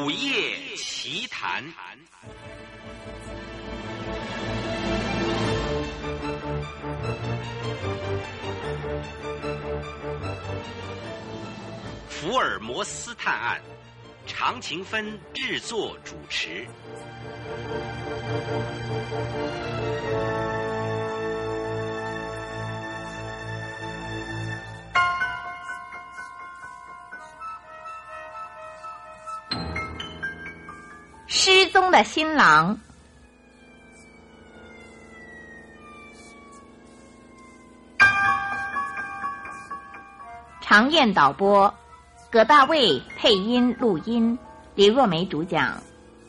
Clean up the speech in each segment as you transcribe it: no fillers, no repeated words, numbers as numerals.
午夜奇谈。福尔摩斯探案，常勤分制作主持。 失踪的新郎。常燕导播，葛大卫配音录音，李若梅主讲。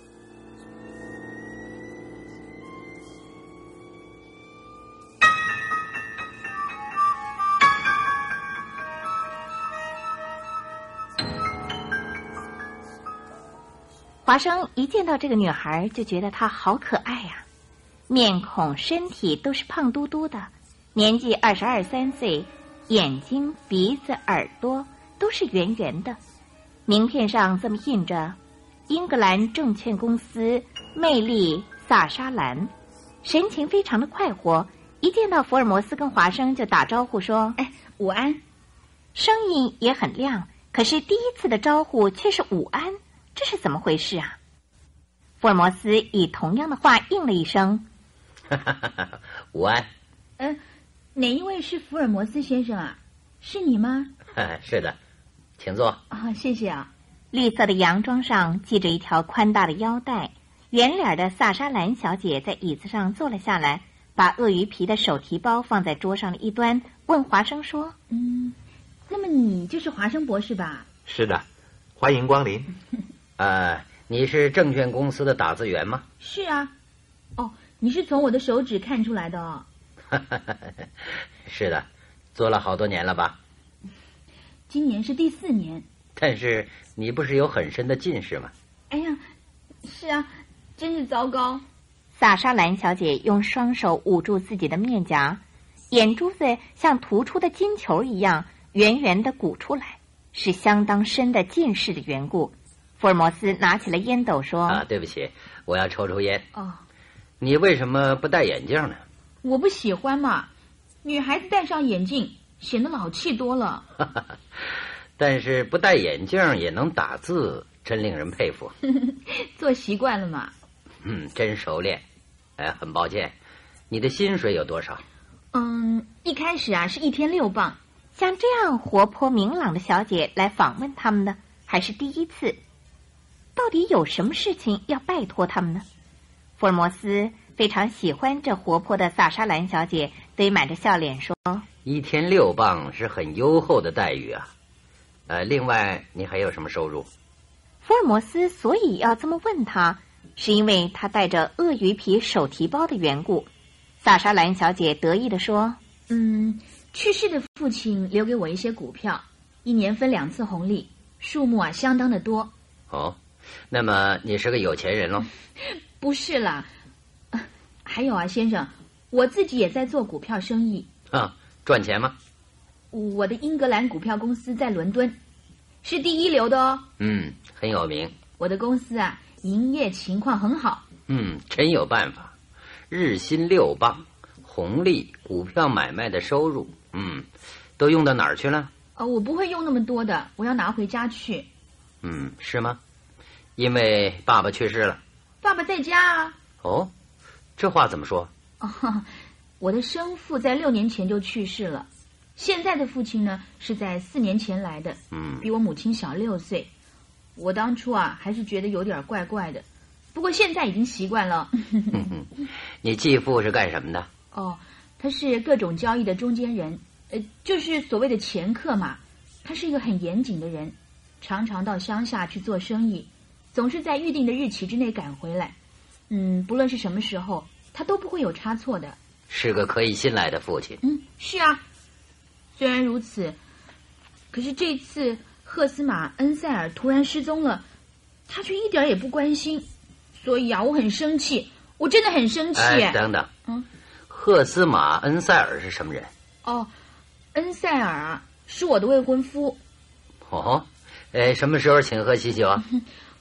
华生一见到这个女孩就觉得她好可爱呀，面孔身体都是胖嘟嘟的，年纪22、23岁，眼睛鼻子耳朵都是圆圆的，名片上这么印着英格兰证券公司魅力萨沙兰，神情非常的快活，一见到福尔摩斯跟华生就打招呼说午安， 声音也很亮，可是第一次的招呼却是午安，这是怎么回事啊？福尔摩斯以同样的话应了一声午安。 哪一位是福尔摩斯先生啊？是你吗？ 是的，请坐。 谢谢啊。 绿色的洋装上系着一条宽大的腰带，圆脸的萨沙兰小姐在椅子上坐了下来，把鳄鱼皮的手提包放在桌上的一端，问华生说那么你就是华生博士吧？ 是的，欢迎光临。 你是证券公司的打字员吗？ 是啊。你是从我的手指看出来的哦。 是的，做了好多年了吧？ 今年是第4年。 但是你不是有很深的近视吗？ 哎呀，是啊，真是糟糕。 萨沙兰小姐用双手捂住自己的面颊，眼珠子像突出的金球一样圆圆的鼓出来，是相当深的近视的缘故。福尔摩斯拿起了烟斗说对不起，我要抽烟。 你为什么不戴眼镜呢？ 我不喜欢嘛，女孩子戴上眼镜显得老气多了。 但是不戴眼镜也能打字，真令人佩服。 做习惯了嘛。 真熟练。很抱歉，你的薪水有多少？ 一开始是1天6磅。 像这样活泼明朗的小姐来访问他们的还是第一次，到底有什么事情要拜托他们呢？福尔摩斯非常喜欢这活泼的萨沙兰小姐，堆满着笑脸说 1天6磅是很优厚的待遇啊。另外你还有什么收入？ 福尔摩斯所以要这么问他，是因为他带着鳄鱼皮手提包的缘故。萨沙兰小姐得意地说去世的父亲留给我一些股票，1年分2次红利，数目相当的多。 那么你是个有钱人喽？ 不是啦，还有先生，我自己也在做股票生意。 赚钱吗？ 我的英格兰股票公司在伦敦，是第一流的哦。 很有名。 我的公司营业情况很好。 真有办法，日薪6磅，红利股票买卖的收入，都用到哪儿去了？ 我不会用那么多的，我要拿回家去。 是吗？因为爸爸去世了。 爸爸在家啊。 这话怎么说？ 我的生父在6年前就去世了，现在的父亲呢是在4年前来的，比我母亲小6岁。我当初还是觉得有点怪怪的，不过现在已经习惯了。 你继父是干什么的？ 他是各种交易的中间人，就是所谓的掮客嘛。他是一个很严谨的人，常常到乡下去做生意，总是在预定的日期之内赶回来。不论是什么时候，他都不会有差错的。 是个可以信赖的父亲。 是啊。虽然如此，可是这次赫斯马恩塞尔突然失踪了，他却一点也不关心，所以我很生气，我真的很生气。 等等，赫斯马恩塞尔是什么人？ 恩塞尔是我的未婚夫。 什么时候请喝喜酒啊？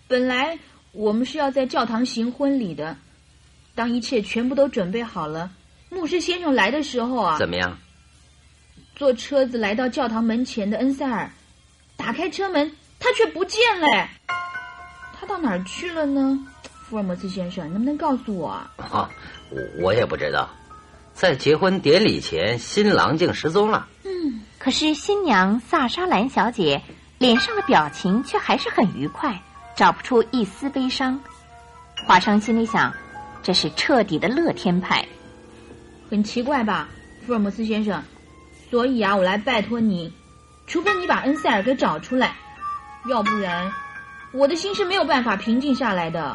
本来我们是要在教堂行婚礼的，当一切全部都准备好了，牧师先生来的时候啊， 怎么样？ 坐车子来到教堂门前的恩塞尔，打开车门，他却不见了。他到哪儿去了呢？福尔摩斯先生，能不能告诉我啊？ 我也不知道。在结婚典礼前，新郎竟失踪了。 可是新娘萨莎兰小姐脸上的表情却还是很愉快，找不出一丝悲伤。华生心里想，这是彻底的乐天派。 很奇怪吧，福尔摩斯先生？所以啊，我来拜托你，除非你把恩塞尔给找出来，要不然我的心是没有办法平静下来的。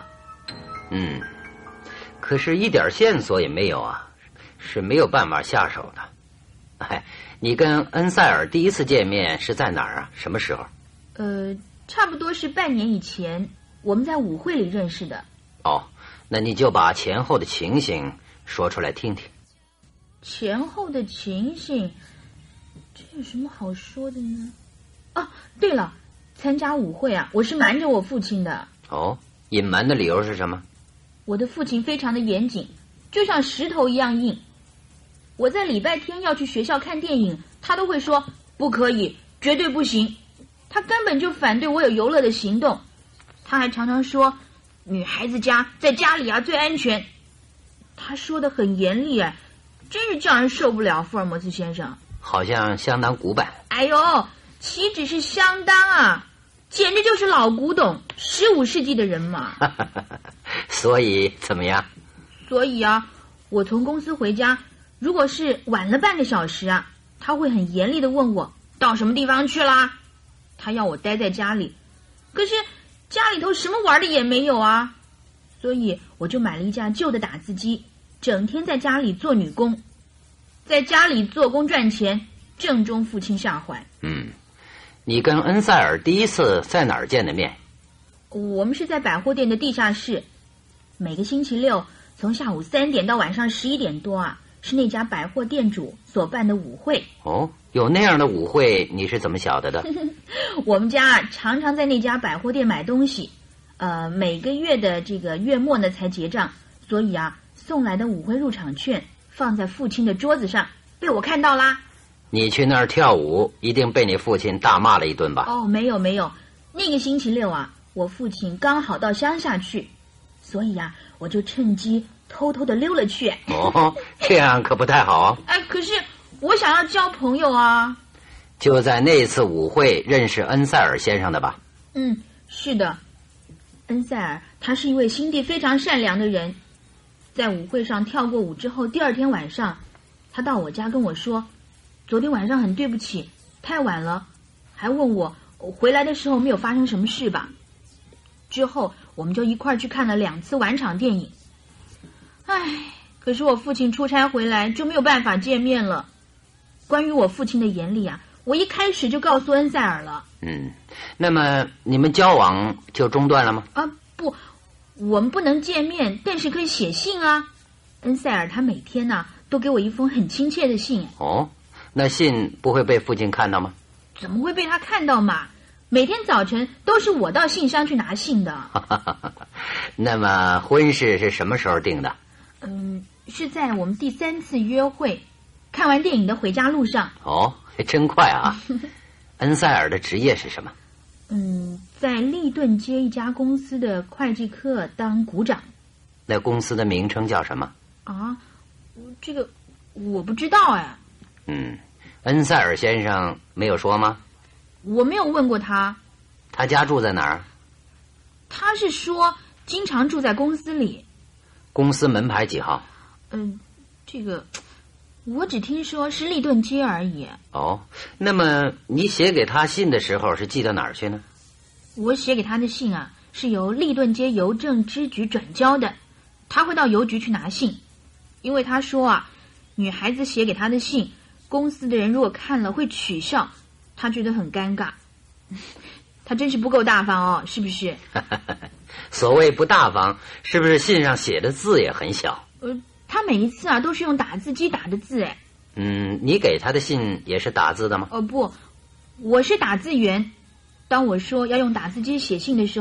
可是一点线索也没有啊，是没有办法下手的。你跟恩塞尔第一次见面是在哪儿啊？什么时候？ 差不多是半年以前，我们在舞会里认识的。 那你就把前后的情形说出来听听。 前后的情形，这有什么好说的呢？对了，参加舞会啊，我是瞒着我父亲的。 隐瞒的理由是什么？ 我的父亲非常的严谨，就像石头一样硬。我在礼拜天要去学校看电影，他都会说不可以，绝对不行。他根本就反对我有游乐的行动。他还常常说，女孩子家在家里啊最安全。他说的很严厉，真是叫人受不了。福尔摩斯先生， 好像相当古板。 哎呦，岂止是相当啊，简直就是老古董，15世纪的人嘛。 所以怎么样？ 所以啊，我从公司回家，如果是晚了半个小时啊，他会很严厉地问我到什么地方去啦。他要我待在家里，可是家里头什么玩的也没有啊，所以我就买了一架旧的打字机，整天在家里做女工，在家里做工赚钱，正中父亲下怀。 你跟恩塞尔第一次在哪儿见的面？ 我们是在百货店的地下室，每个星期六从下午3点到晚上11点多啊，是那家百货店主所办的舞会。 有那样的舞会，你是怎么晓得的？ 我们家常常在那家百货店买东西，每个月的这个月末呢才结账，所以啊，送来的舞会入场券放在父亲的桌子上，被我看到啦。 你去那儿跳舞，一定被你父亲大骂了一顿吧？ 没有，那个星期六啊，我父亲刚好到乡下去，所以啊，我就趁机偷偷的溜了去。 这样可不太好。 可是我想要交朋友啊。 就在那次舞会认识恩塞尔先生的吧？ 是的，恩塞尔他是一位心地非常善良的人。在舞会上跳过舞之后，第二天晚上，他到我家跟我说，昨天晚上很对不起，太晚了，还问我回来的时候没有发生什么事吧。之后我们就一块儿去看了2次晚场电影。可是我父亲出差回来就没有办法见面了。关于我父亲的严厉啊，我一开始就告诉恩塞尔了。 那么你们交往就中断了吗？ 不，我们不能见面，但是可以写信啊。恩塞尔他每天呢都给我一封很亲切的信。 那信不会被父亲看到吗？ 怎么会被他看到嘛？每天早晨都是我到信箱去拿信的。 那么婚事是什么时候定的？ 是在我们第3次约会，看完电影的回家路上。 真快啊。恩塞尔的职业是什么？ 在利顿街一家公司的会计科当股长。 那公司的名称叫什么？ 这个我不知道。 恩塞尔先生没有说吗？ 我没有问过他。 他家住在哪儿？ 他是说经常住在公司里。 公司门牌几号？ 这个我只听说是利顿街而已。 那么你写给他信的时候是寄到哪儿去呢？ 我写给他的信啊，是由利顿街邮政支局转交的，他会到邮局去拿信。因为他说啊，女孩子写给他的信，公司的人如果看了会取笑，他觉得很尴尬。他真是不够大方是不是？ 所谓不大方，是不是信上写的字也很小？ 他每一次啊都是用打字机打的字。 你给他的信也是打字的吗？ 不，我是打字员。当我说要用打字机写信的时候，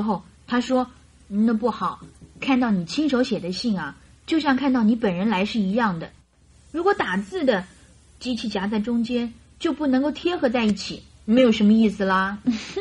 他说那不好，看到你亲手写的信啊，就像看到你本人来是一样的。如果打字的，机器夹在中间，就不能够贴合在一起，没有什么意思啦。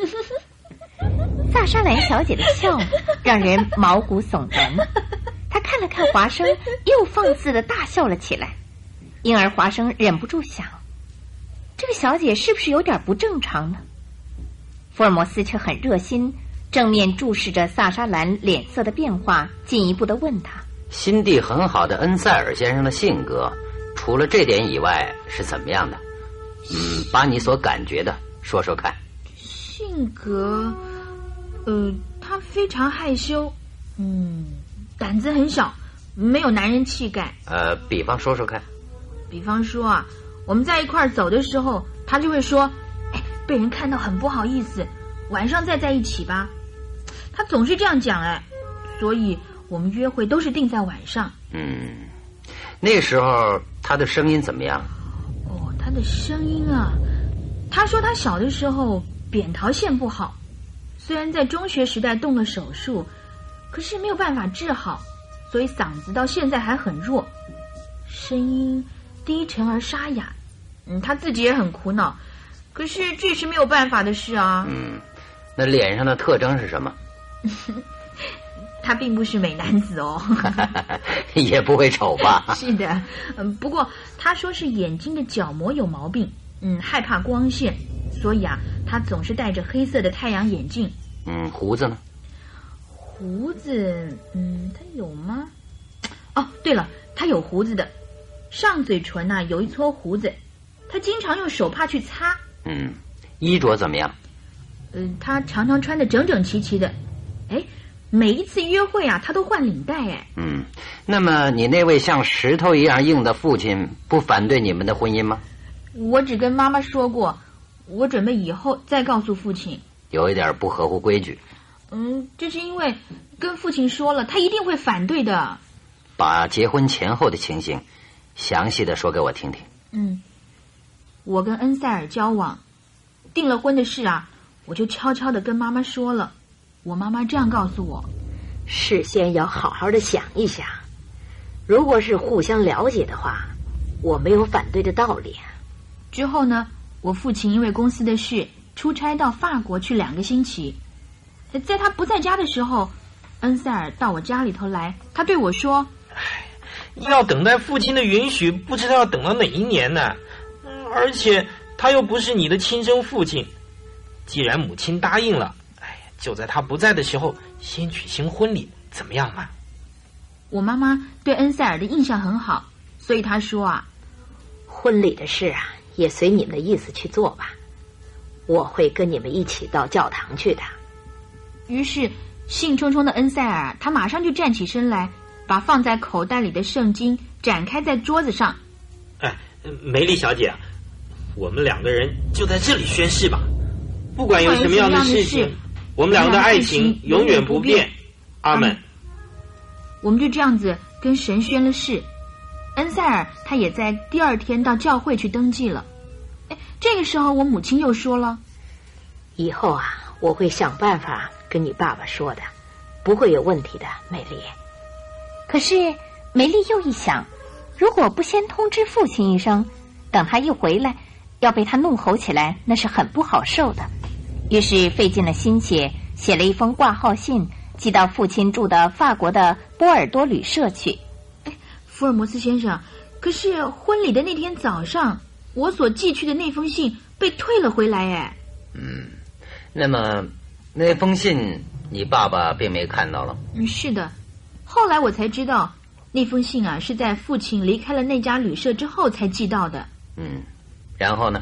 萨莎兰小姐的笑让人毛骨悚然。她看了看华生，又放肆地大笑了起来。因而华生忍不住想，这个小姐是不是有点不正常呢？福尔摩斯却很热心，正面注视着萨莎兰脸色的变化，进一步地问她： 心地很好的恩塞尔先生的性格，除了这点以外是怎么样的？把你所感觉的说说看。 性格，他非常害羞，胆子很小，没有男人气概。 比方说说看。 比方说啊，我们在一块儿走的时候，他就会说：“哎，被人看到很不好意思，晚上再在一起吧。”他总是这样讲，所以我们约会都是定在晚上。 那时候他的声音怎么样？ 他的声音啊，他说他小的时候扁桃腺不好，虽然在中学时代动了手术，可是没有办法治好，所以嗓子到现在还很弱，声音低沉而沙哑。他自己也很苦恼，可是这是没有办法的事啊。 那脸上的特征是什么？ 他并不是美男子哦。 也不会丑吧？ 是的，不过他说是眼睛的角膜有毛病，害怕光线，所以啊，他总是戴着黑色的太阳眼镜。胡子呢？胡子，他有吗？哦，对了，他有胡子的，上嘴唇啊有一撮胡子，他经常用手帕去擦。衣着怎么样？他常常穿得整整齐齐的。每一次约会啊，他都换领带。 那么你那位像石头一样硬的父亲不反对你们的婚姻吗？ 我只跟妈妈说过，我准备以后再告诉父亲。 有一点不合乎规矩。 这是因为跟父亲说了，他一定会反对的。 把结婚前后的情形详细的说给我听听。 我跟恩塞尔交往，订了婚的事啊，我就悄悄的跟妈妈说了。我妈妈这样告诉我： 事先要好好的想一想，如果是互相了解的话，我没有反对的道理。 之后呢，我父亲因为公司的事出差到法国去2个星期，在他不在家的时候，恩塞尔到我家里头来，他对我说： 要等待父亲的允许，不知道要等到哪一年呢？而且他又不是你的亲生父亲，既然母亲答应了，就在他不在的时候先举行婚礼，怎么样嘛？ 我妈妈对恩塞尔的印象很好，所以她说啊， 婚礼的事啊，也随你们的意思去做吧，我会跟你们一起到教堂去的。 于是兴冲冲的恩塞尔他马上就站起身来，把放在口袋里的圣经展开在桌子上。 梅丽小姐，我们2个人就在这里宣誓吧，不管有什么样的事情，我们2个的爱情永远不变。阿门。 我们就这样子跟神宣了誓。恩塞尔他也在第2天到教会去登记了。这个时候我母亲又说了： 以后啊，我会想办法跟你爸爸说的，不会有问题的，美丽。 可是梅丽又一想，如果不先通知父亲一声，等他一回来要被他怒吼起来，那是很不好受的。于是费尽了心血，写了一封挂号信，寄到父亲住的法国的波尔多旅社去。 福尔摩斯先生，可是婚礼的那天早上，我所寄去的那封信被退了回来。 那么那封信你爸爸并没看到了？ 是的，后来我才知道，那封信啊是在父亲离开了那家旅社之后才寄到的。 然后呢？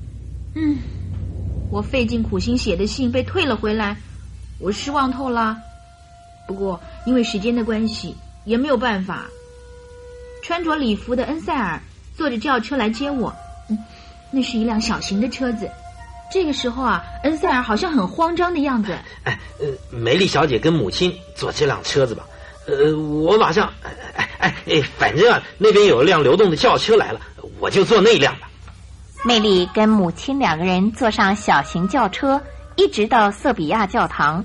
我费尽苦心写的信被退了回来，我失望透了。不过因为时间的关系，也没有办法。穿着礼服的恩塞尔坐着轿车来接我，那是一辆小型的车子。这个时候啊，恩塞尔好像很慌张的样子。 梅丽小姐跟母亲坐这辆车子吧。我马上，反正啊，那边有一辆流动的轿车来了，我就坐那辆吧。 梅丽跟母亲2个人坐上小型轿车，一直到瑟比亚教堂。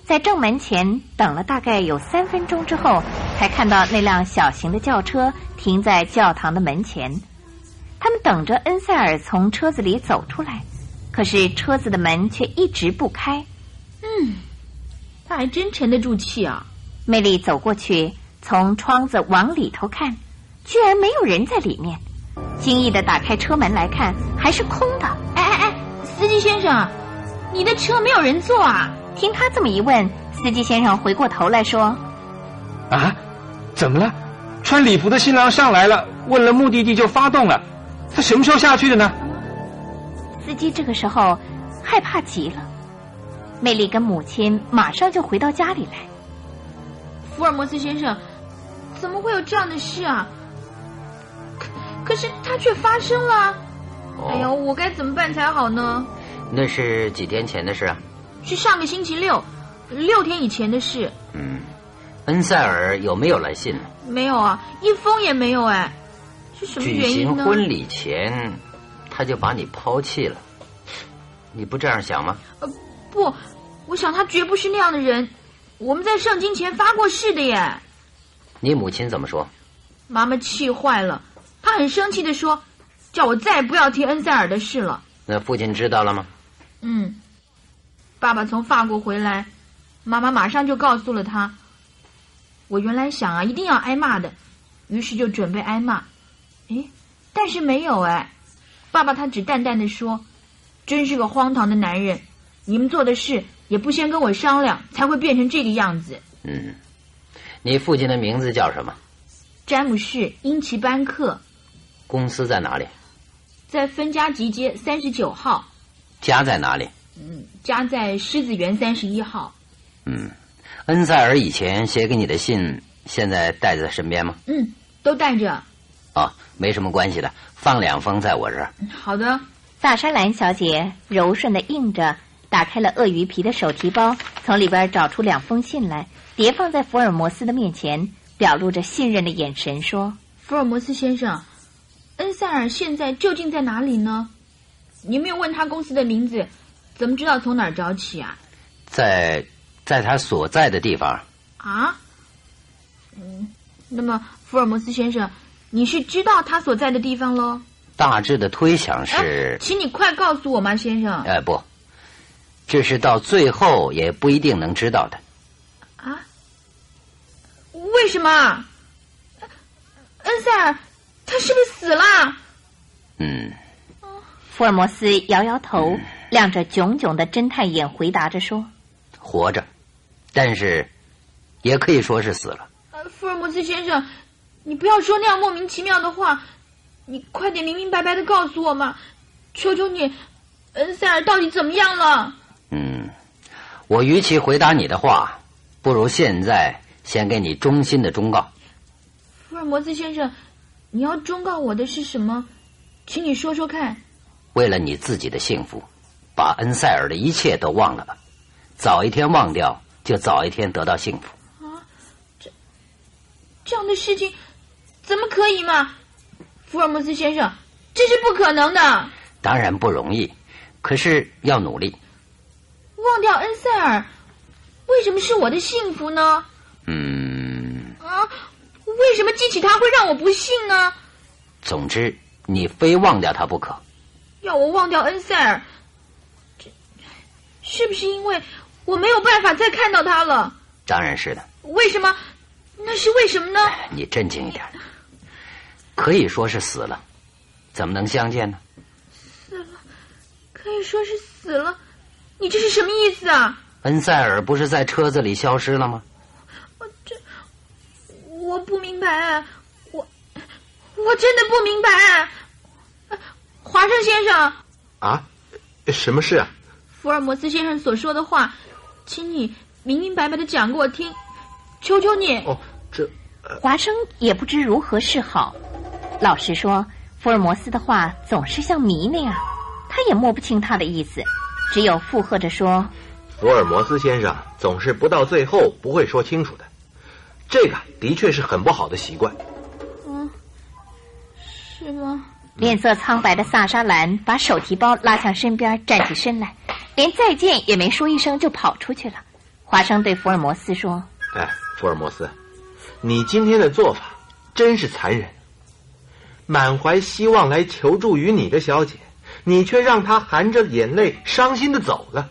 在正门前等了大概有3分钟之后，才看到那辆小型的轿车停在教堂的门前。他们等着恩塞尔从车子里走出来，可是车子的门却一直不开。 他还真沉得住气啊。 魅力走过去，从窗子往里头看，居然没有人在里面。惊异地打开车门来看，还是空的。 哎，司机先生，你的车没有人坐啊？ 听他这么一问，司机先生回过头来说： 啊，怎么了？穿礼服的新郎上来了，问了目的地就发动了，他什么时候下去的呢？ 司机这个时候害怕极了。魅力跟母亲马上就回到家里来。 福尔摩斯先生，怎么会有这样的事啊？可是它却发生了。哎呀，我该怎么办才好呢？ 那是几天前的事啊？ 是上个星期六，6天以前的事。 恩塞尔有没有来信呢？ 没有啊，一封也没有。哎，是什么原因呢？ 举行婚礼前，他就把你抛弃了，你不这样想吗？ 不，我想他绝不是那样的人。我们在圣经前发过誓的耶。 你母亲怎么说？ 妈妈气坏了，她很生气地说，叫我再也不要提恩塞尔的事了。 那父亲知道了吗？ 爸爸从法国回来，妈妈马上就告诉了他。我原来想啊，一定要挨骂的，于是就准备挨骂。但是没有。爸爸他只淡淡地说，真是个荒唐的男人，你们做的事也不先跟我商量，才会变成这个样子。 你父亲的名字叫什么？ 詹姆士·因奇班克。 公司在哪里？ 在分家集街39号。 家在哪里？ 家在狮子园31号。 恩塞尔以前写给你的信，现在带在身边吗？ 都带着。 没什么关系的，放2封在我这儿。 好的。 萨莎兰小姐柔顺地应着，打开了鳄鱼皮的手提包，从里边找出2封信来，叠放在福尔摩斯的面前，表露着信任的眼神说： 福尔摩斯先生，恩塞尔现在究竟在哪里呢？你没有问他公司的名字，怎么知道从哪儿找起啊？ 在他所在的地方。 啊？那么福尔摩斯先生，你是知道他所在的地方喽？ 大致的推想是…… 请你快告诉我嘛，先生。 不，这是到最后也不一定能知道的。 啊？为什么？恩塞尔，他是不是死了？ 福尔摩斯摇摇头，亮着炯炯的侦探眼回答着说： 活着，但是也可以说是死了。 福尔摩斯先生，你不要说那样莫名其妙的话，你快点明明白白的告诉我嘛，求求你，恩塞尔到底怎么样了？ 我与其回答你的话，不如现在先给你衷心的忠告。 福尔摩斯先生，你要忠告我的是什么？请你说说看。 为了你自己的幸福，把恩塞尔的一切都忘了吧，早一天忘掉，就早一天得到幸福。 这样的事情怎么可以嘛？福尔摩斯先生，这是不可能的。 当然不容易，可是要努力。 忘掉恩塞尔，为什么是我的幸福呢？为什么记起他会让我不幸呢？ 总之，你非忘掉他不可。 要我忘掉恩塞尔，是不是因为我没有办法再看到他了？ 当然是的。 为什么？那是为什么呢？ 你镇静一点。可以说是死了，怎么能相见呢？ 死了，可以说是死了，你这是什么意思啊？ 恩塞尔不是在车子里消失了吗？ 我不明白，我真的不明白。华生先生。 什么事啊？ 福尔摩斯先生所说的话，请你明明白白的讲给我听，求求你。 华生也不知如何是好。老实说，福尔摩斯的话总是像谜那样，他也摸不清他的意思，只有附和着说： 福尔摩斯先生总是不到最后不会说清楚的，这个的确是很不好的习惯。 是吗？ 脸色苍白的萨莎兰把手提包拉向身边，站起身来，连再见也没说一声就跑出去了。 华生对福尔摩斯说：“ 哎，福尔摩斯，你今天的做法真是残忍。满怀希望来求助于你的小姐，你却让她含着眼泪伤心的走了。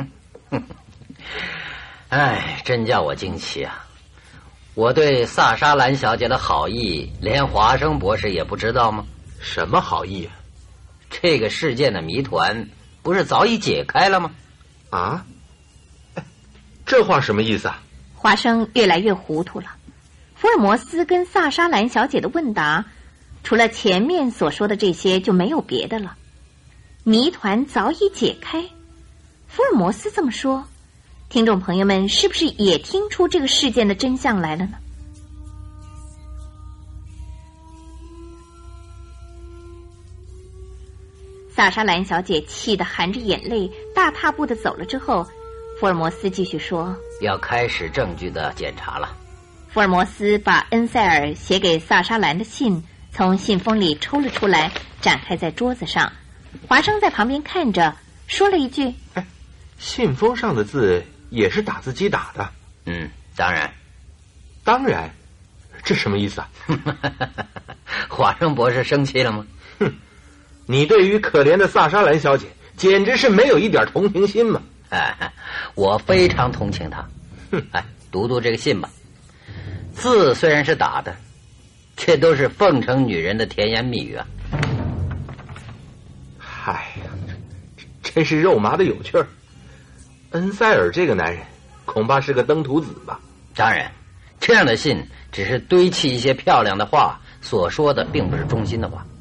哎，真叫我惊奇啊！我对萨莎兰小姐的好意，连华生博士也不知道吗？ 什么好意啊？ 这个事件的谜团不是早已解开了吗？ 啊？这话什么意思啊？ 华生越来越糊涂了。福尔摩斯跟萨莎兰小姐的问答，除了前面所说的这些，就没有别的了。谜团早已解开。福尔摩斯这么说，听众朋友们是不是也听出这个事件的真相来了呢？萨莎兰小姐气得含着眼泪大踏步的走了之后，福尔摩斯继续说：“ 要开始证据的检查了。” 福尔摩斯把恩塞尔写给萨莎兰的信从信封里抽了出来，展开在桌子上。华生在旁边看着，说了一句：“ 哎，信封上的字也是打字机打的？”“ 当然。”“ 当然？这什么意思啊？” 华生博士生气了吗？ 哼，你对于可怜的萨莎兰小姐简直是没有一点同情心嘛！ 我非常同情她。读读这个信吧。字虽然是打的，却都是奉承女人的甜言蜜语啊。 嗨呀，真是肉麻的有趣儿。恩塞尔这个男人恐怕是个登徒子吧？ 当然，这样的信只是堆砌一些漂亮的话，所说的并不是衷心的话。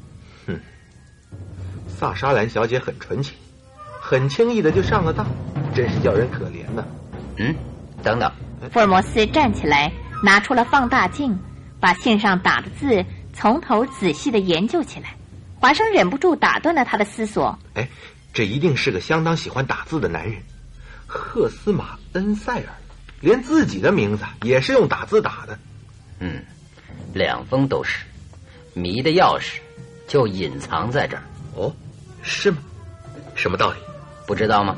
萨莎兰小姐很纯情，很轻易的就上了当，真是叫人可怜呢。 等等。 福尔摩斯站起来，拿出了放大镜，把信上打的字从头仔细的研究起来。华生忍不住打断了他的思索：“ 哎，这一定是个相当喜欢打字的男人，赫斯马·恩塞尔，连自己的名字也是用打字打的。” 两封都是。谜的钥匙就隐藏在这儿。 哦，是吗？什么道理？ 不知道吗？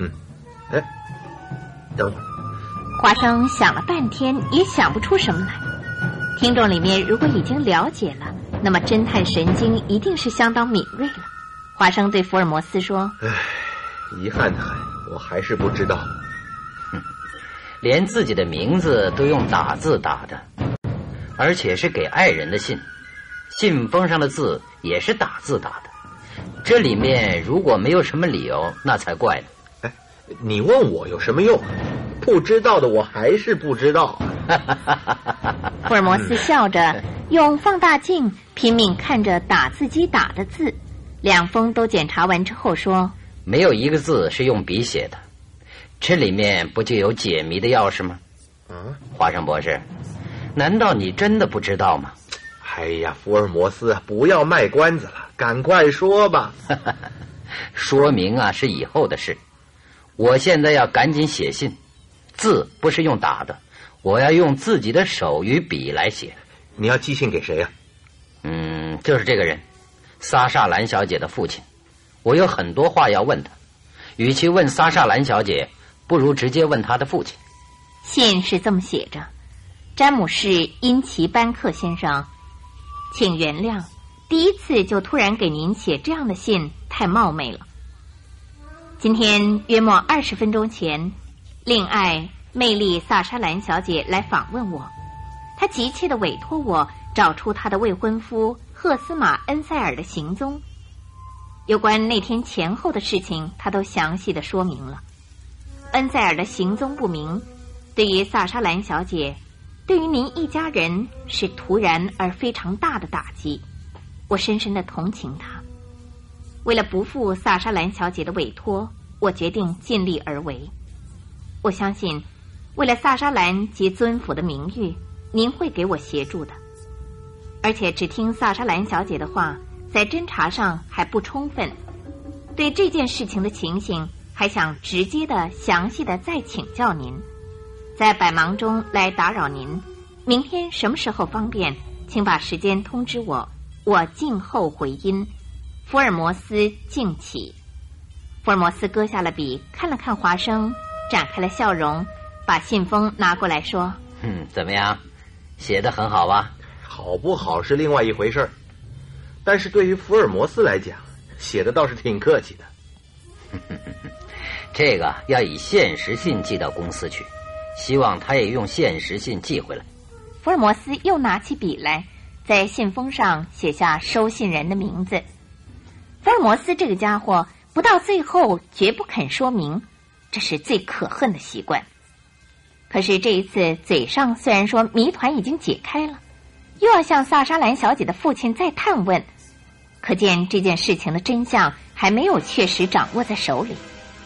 等会儿。 华生想了半天也想不出什么来。听众里面如果已经了解了，那么侦探神经一定是相当敏锐了。华生对福尔摩斯说：“ 遗憾的很，我还是不知道。” 连自己的名字都用打字打的，而且是给爱人的信，信封上的字也是打字打的。这里面如果没有什么理由，那才怪呢。 你问我有什么用？不知道的我还是不知道。 福尔摩斯笑着，用放大镜拼命看着打字机打的字，两封都检查完之后说：“ 没有一个字是用笔写的，这里面不就有解谜的钥匙吗？”华生博士，难道你真的不知道吗？ 哎呀，福尔摩斯，不要卖关子了，赶快说吧。 说明啊是以后的事，我现在要赶紧写信，字不是用打的，我要用自己的手与笔来写。 你要寄信给谁呀？ 就是这个人，萨莎兰小姐的父亲。我有很多话要问他，与其问萨莎兰小姐，不如直接问他的父亲。 信是这么写着：詹姆士·因奇班克先生，请原谅，第一次就突然给您写这样的信，太冒昧了。今天约莫20分钟前，令爱魅力萨莎兰小姐来访问我，她急切地委托我找出她的未婚夫赫斯马·恩塞尔的行踪。有关那天前后的事情，她都详细地说明了。恩塞尔的行踪不明，对于萨莎兰小姐，对于您一家人是突然而非常大的打击，我深深地同情她。为了不负萨莎兰小姐的委托，我决定尽力而为。我相信，为了萨莎兰及尊府的名誉，您会给我协助的。而且只听萨莎兰小姐的话，在侦查上还不充分，对这件事情的情形，还想直接的、详细的再请教您。在百忙中来打扰您，明天什么时候方便，请把时间通知我，我静候回音。福尔摩斯敬启。福尔摩斯搁下了笔，看了看华生，展开了笑容， 把信封拿过来说：“ 怎么样？写得很好吧？ 好不好是另外一回事儿，但是对于福尔摩斯来讲，写的倒是挺客气的。 这个要以限时信寄到公司去，希望他也用限时信寄回来。” 福尔摩斯又拿起笔来，在信封上写下收信人的名字。福尔摩斯这个家伙不到最后绝不肯说明，这是最可恨的习惯。可是这一次嘴上虽然说谜团已经解开了，又要向萨莎兰小姐的父亲再探问，可见这件事情的真相还没有确实掌握在手里。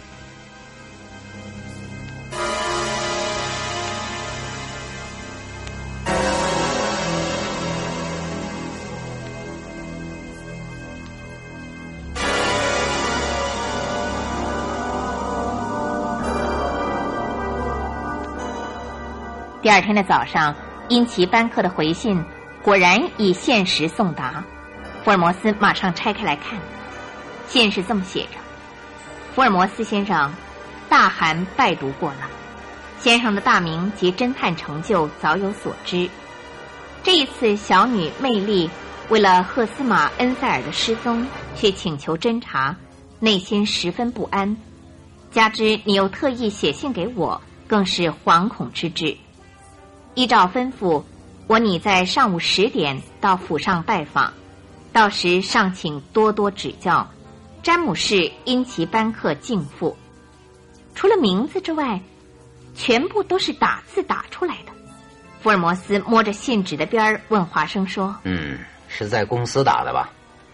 第二天的早上，因其班克的回信果然已限时送达。福尔摩斯马上拆开来看，信是这么写着：福尔摩斯先生，大函拜读过了，先生的大名及侦探成就早有所知。这一次小女魅丽为了赫斯玛·恩塞尔的失踪，却请求侦查，内心十分不安，加之你又特意写信给我，更是惶恐之至。依照吩咐，我拟在上午10点到府上拜访，到时尚请多多指教。詹姆士·因奇班克敬父。除了名字之外，全部都是打字打出来的。福尔摩斯摸着信纸的边儿问华生说：“ 是在公司打的吧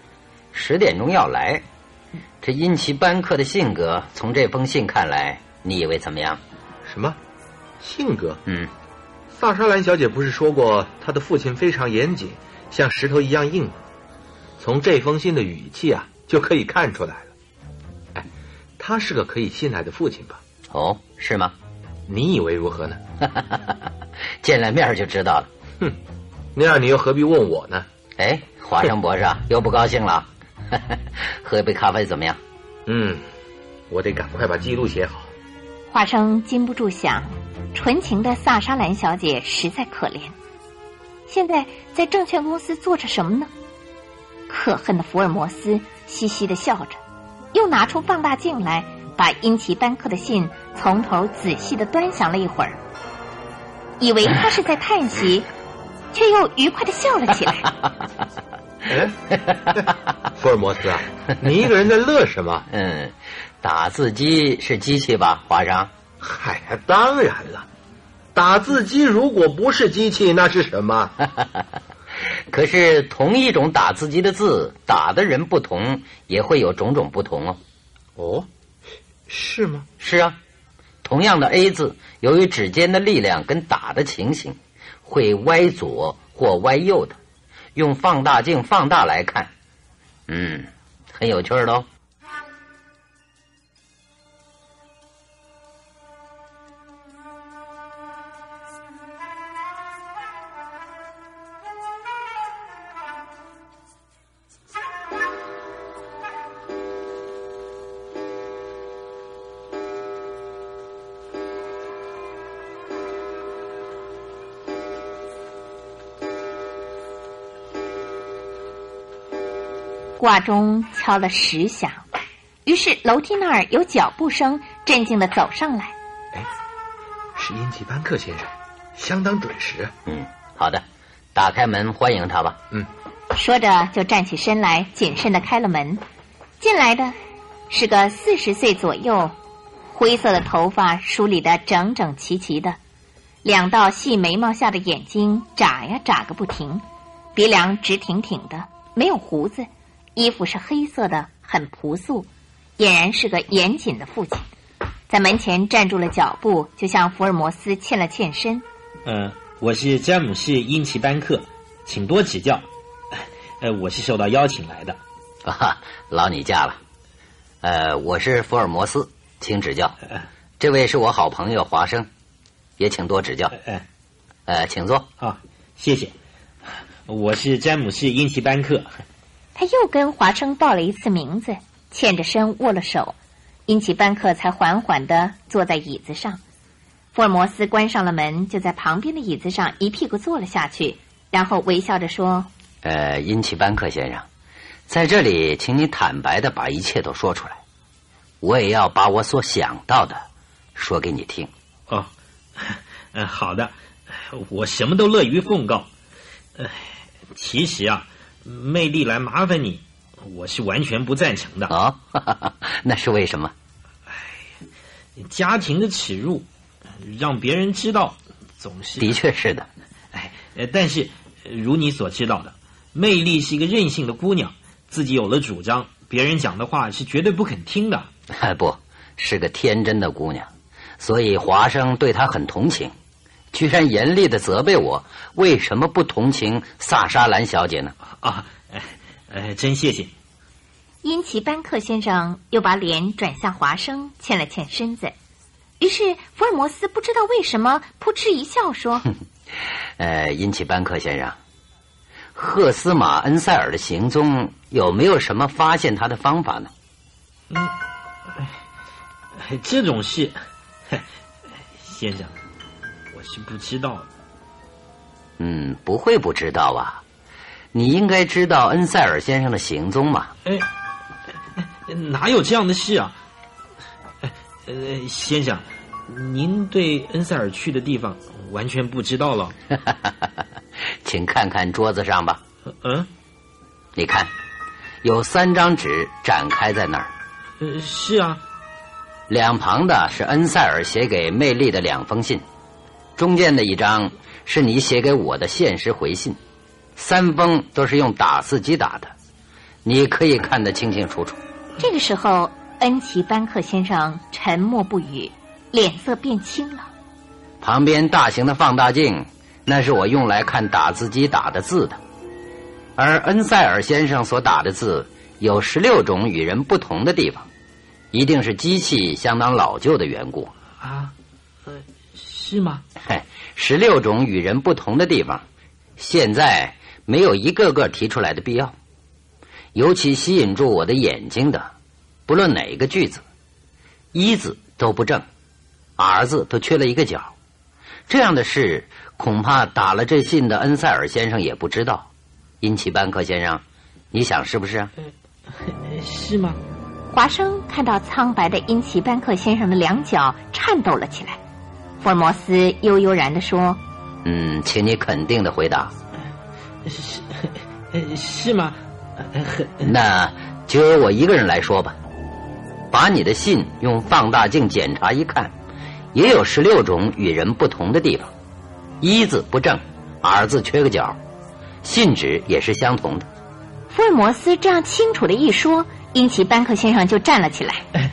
？10点钟要来。这因奇班克的性格，从这封信看来，你以为怎么样？”“ 什么性格？”“萨莎兰小姐不是说过她的父亲非常严谨，像石头一样硬吗？从这封信的语气啊，就可以看出来了。哎，他是个可以信赖的父亲吧？”“ 哦，是吗？ 你以为如何呢？”“ 见了面就知道了。”“ 那样你又何必问我呢？”“ 哎，华生博士又不高兴了。喝一杯咖啡怎么样？”“ 我得赶快把记录写好。” 华生禁不住想，纯情的萨莎兰小姐实在可怜，现在在证券公司做着什么呢？可恨的福尔摩斯嘻嘻地笑着，又拿出放大镜来，把因奇班克的信从头仔细地端详了一会儿，以为他是在叹息，却又愉快地笑了起来。 福尔摩斯啊，你一个人在乐什么？ 打字机是机器吧，华生？ 嗨，当然了，打字机如果不是机器，那是什么？ 可是同一种打字机的字，打的人不同，也会有种种不同哦。 哦，是吗？ 是啊，同样的 A 字，由于指尖的力量跟打的情形，会歪左或歪右的。用放大镜放大来看，很有趣的哦。 挂钟敲了10响，于是楼梯那儿有脚步声，镇静地走上来。 是因奇班克先生，相当准时。 好的，打开门欢迎他吧。 说着就站起身来，谨慎地开了门。进来的是个40岁左右，灰色的头发梳理得整整齐齐的，2道细眉毛下的眼睛眨呀眨个不停，鼻梁直挺挺的，没有胡子，衣服是黑色的，很朴素，俨然是个严谨的父亲。在门前站住了脚步，就向福尔摩斯欠了欠身。 我是詹姆士·因奇班克，请多指教。我是受到邀请来的。 劳你驾了。我是福尔摩斯，请指教。这位是我好朋友华生，也请多指教。请坐。 谢谢。我是詹姆士·因奇班克。 他又跟华生报了一次名字，欠着身握了手，因奇班克才缓缓地坐在椅子上。福福尔摩斯关上了门，就在旁边的椅子上一屁股坐了下去，然后微笑着说： 殷奇班克先生，在这里请你坦白地把一切都说出来，我也要把我所想到的说给你听。 哦，好的，我什么都乐于奉告。其实啊，魅力来麻烦你，我是完全不赞成的。 哦，那是为什么？ 家庭的耻辱，让别人知道，总是的确是的。 但是如你所知道的，魅力是一个任性的姑娘，自己有了主张，别人讲的话是绝对不肯听的。 不，是个天真的姑娘，所以华生对她很同情，居然严厉地责备我为什么不同情萨莎兰小姐呢？ 真谢谢。 殷奇班克先生又把脸转向华生，欠了欠身子。于是福尔摩斯不知道为什么扑哧一笑说： 殷奇班克先生，赫斯马恩塞尔的行踪有没有什么发现他的方法呢？ 这种事，先生，我是不知道的。 不会不知道啊，你应该知道恩塞尔先生的行踪嘛。 哪有这样的事啊？先生，您对恩塞尔去的地方完全不知道了。 请看看桌子上吧。你看，有3张纸展开在那儿。 是啊。 两旁的是恩塞尔写给魅力的2封信，中间的一张是你写给我的限时回信，3封都是用打字机打的，你可以看得清清楚楚。 这个时候，恩奇班克先生沉默不语，脸色变青了。 旁边大型的放大镜，那是我用来看打字机打的字的，而恩塞尔先生所打的字有16种与人不同的地方，一定是机器相当老旧的缘故。 是吗 ？16种与人不同的地方，现在没有一个个提出来的必要。尤其吸引住我的眼睛的，不论哪一个句子，1字都不正，R 字都缺了一个角。这样的事恐怕打了这信的恩塞尔先生也不知道。殷奇班克先生，你想是不是啊？ 是吗？ 华生看到苍白的殷奇班克先生的2脚颤抖了起来。福尔摩斯悠悠然地说： 请你肯定的回答。 是吗？ 那就由我一个人来说吧。把你的信用放大镜检查一看，也有16种与人不同的地方，1字不正，R 字缺个角，信纸也是相同的。 福尔摩斯这样清楚的一说，殷奇班克先生就站了起来。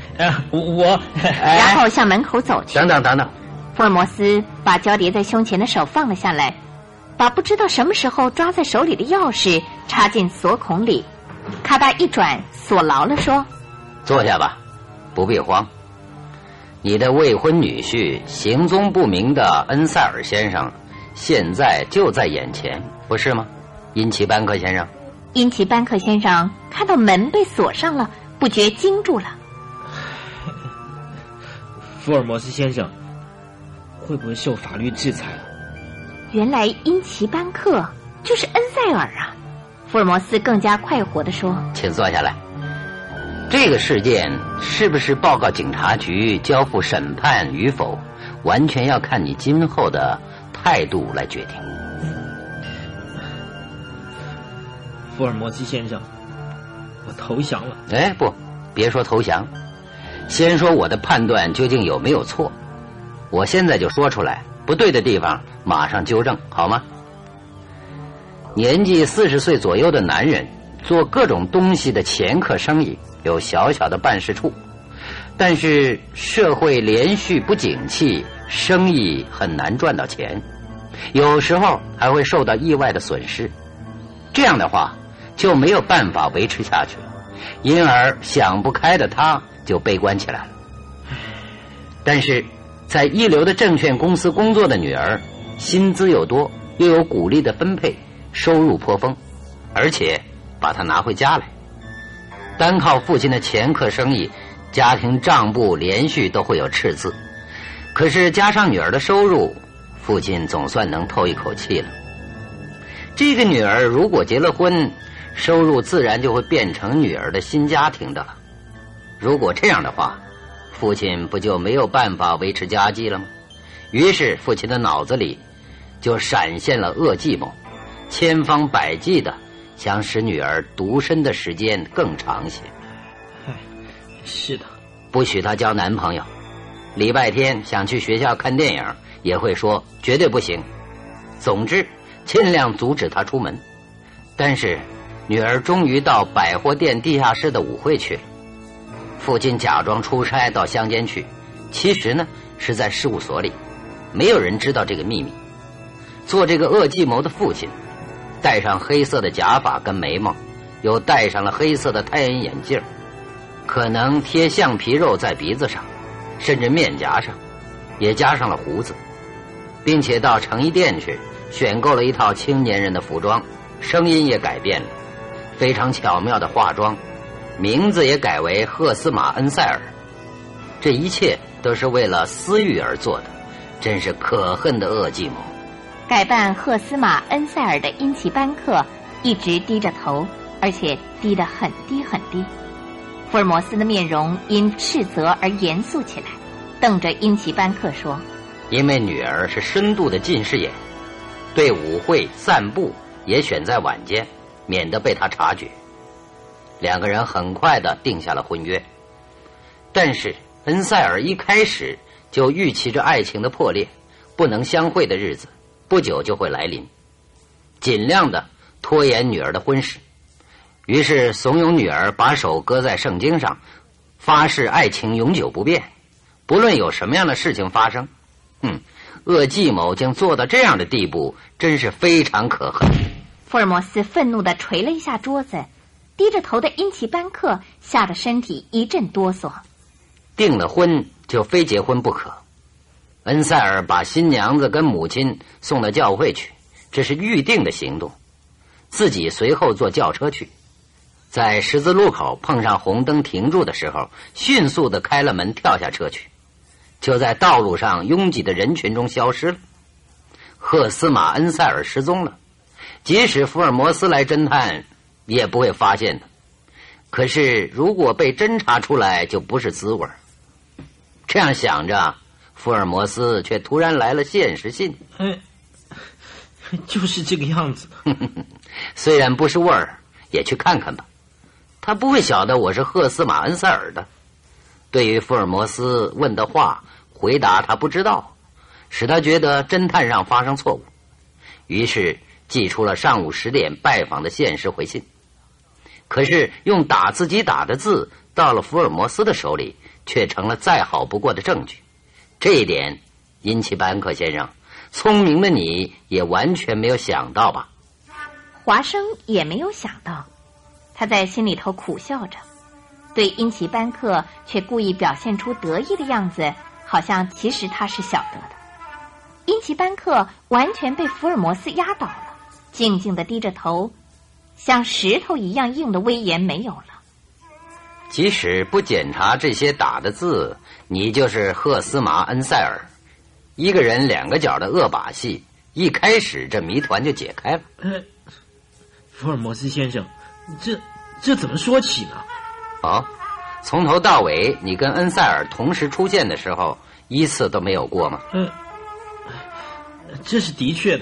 然后向门口走去。 等等， 福尔摩斯把交叠在胸前的手放了下来，把不知道什么时候抓在手里的钥匙插进锁孔里，咔嗒一转，锁牢了，说： 坐下吧，不必慌。你的未婚女婿行踪不明的恩塞尔先生现在就在眼前，不是吗？殷奇班克先生。 殷奇班克先生看到门被锁上了，不觉惊住了。 福尔摩斯先生会不会受法律制裁？ 原来殷奇班克就是恩塞尔啊！福尔摩斯更加快活地说： 请坐下来。这个事件是不是报告警察局交付审判与否，完全要看你今后的态度来决定。 福尔摩斯先生，我投降了。 不，别说投降，先说我的判断究竟有没有错。我现在就说出来，不对的地方马上纠正，好吗？年纪40岁左右的男人，做各种东西的掮客生意，有小小的办事处，但是社会连续不景气，生意很难赚到钱，有时候还会受到意外的损失。这样的话就没有办法维持下去，因而想不开的他就悲观起来了。但是在一流的证券公司工作的女儿，薪资又多，又有鼓励的分配，收入颇丰，而且把她拿回家来。单靠父亲的掮客生意，家庭账簿连续都会有赤字， 可是加上女儿的收入，父亲总算能透一口气了。这个女儿如果结了婚，收入自然就会变成女儿的新家庭的了。如果这样的话，父亲不就没有办法维持家计了吗？于是父亲的脑子里就闪现了恶计谋，千方百计的想使女儿独身的时间更长些。 是的， 不许她交男朋友，礼拜天想去学校看电影也会说绝对不行。总之尽量阻止她出门。但是女儿终于到百货店地下室的舞会去了。父亲假装出差到乡间去，其实呢是在事务所里，没有人知道这个秘密。做这个恶计谋的父亲戴上黑色的假发跟眉毛，又戴上了黑色的太阳眼镜，可能贴橡皮肉在鼻子上，甚至面颊上也加上了胡子，并且到成衣店去选购了一套青年人的服装，声音也改变了，非常巧妙的化妆，名字也改为赫斯马恩塞尔。这一切都是为了私欲而做的，真是可恨的恶计谋。 改扮赫斯马恩塞尔的因奇班克一直低着头，而且低得很低很低。福尔摩斯的面容因斥责而严肃起来，瞪着因奇班克说： 因为女儿是深度的近视眼，对舞会散步也选在晚间，免得被他察觉。两个人很快地定下了婚约。但是恩塞尔一开始就预期着爱情的破裂，不能相会的日子不久就会来临，尽量的拖延女儿的婚事。于是怂恿女儿把手搁在圣经上，发誓爱情永久不变，不论有什么样的事情发生。恶计谋竟做到这样的地步，真是非常可恨。 福尔摩斯愤怒地捶了一下桌子，低着头的因奇班克吓得身体一阵哆嗦。 订了婚就非结婚不可。恩塞尔把新娘子跟母亲送到教会去，这是预定的行动。自己随后坐轿车去，在十字路口碰上红灯停住的时候，迅速地开了门跳下车去，就在道路上拥挤的人群中消失了。赫斯马恩塞尔失踪了，即使福尔摩斯来侦探也不会发现的。可是如果被侦查出来就不是滋味。这样想着，福尔摩斯却突然来了现实信。 就是这个样子。 虽然不是味儿，也去看看吧。他不会晓得我是赫斯马恩塞尔的。对于福尔摩斯问的话，回答他不知道，使他觉得侦探上发生错误。于是寄出了上午10点拜访的限时回信。可是用打字机打的字到了福尔摩斯的手里，却成了再好不过的证据。这一点，因奇班克先生，聪明的你也完全没有想到吧？ 华生也没有想到，他在心里头苦笑着，对因奇班克却故意表现出得意的样子，好像其实他是晓得的。因奇班克完全被福尔摩斯压倒了，静静地低着头，像石头一样硬的威严没有了。 即使不检查这些打的字，你就是赫斯马恩塞尔。一个人两个角的恶把戏，一开始这谜团就解开了。 福尔摩斯先生，这怎么说起呢？ 从头到尾你跟恩塞尔同时出现的时候，一次都没有过吗？ 这是的确的。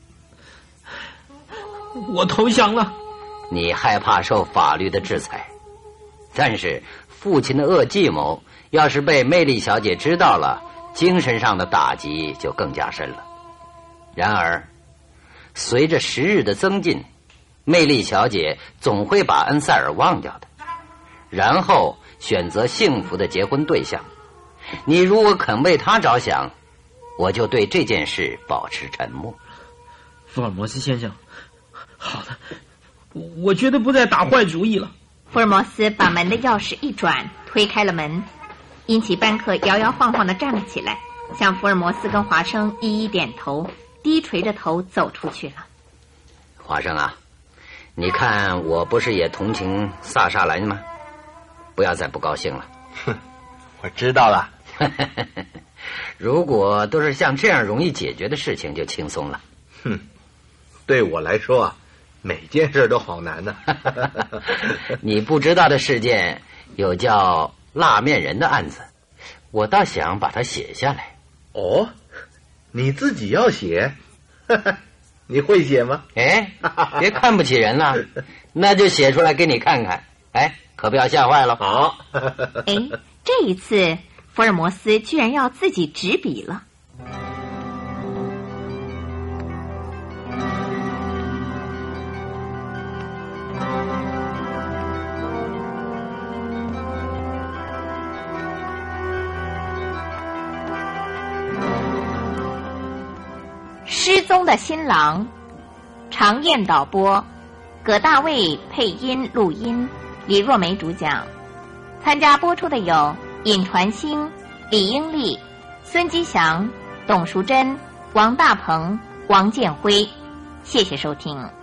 我投降了。 你害怕受法律的制裁，但是父亲的恶计谋要是被魅力小姐知道了，精神上的打击就更加深了。然而随着时日的增进，魅力小姐总会把恩塞尔忘掉的，然后选择幸福的结婚对象。你如果肯为他着想，我就对这件事保持沉默。 福尔摩斯先生，好的，我绝对不再打坏主意了。 福尔摩斯把门的钥匙一转，推开了门。因奇班克摇摇晃晃地站了起来，向福尔摩斯跟华生一一点头，低垂着头走出去了。 华生啊，你看我不是也同情萨沙兰吗？不要再不高兴了。 我知道了。 如果都是像这样容易解决的事情，就轻松了。 哼，对我来说啊，每件事都好难呢。 你不知道的事件有叫蜡面人的案子，我倒想把它写下来。 哦，你自己要写？你会写吗？ 哎，别看不起人了，那就写出来给你看看。哎，可不要吓坏了。 好。 哎，这一次福尔摩斯居然要自己执笔了。失踪的新郎，常燕导播，葛大卫配音录音，李若梅主讲。参加播出的有尹传兴、李英利、孙基祥、董淑贞、王大鹏、王建辉。谢谢收听。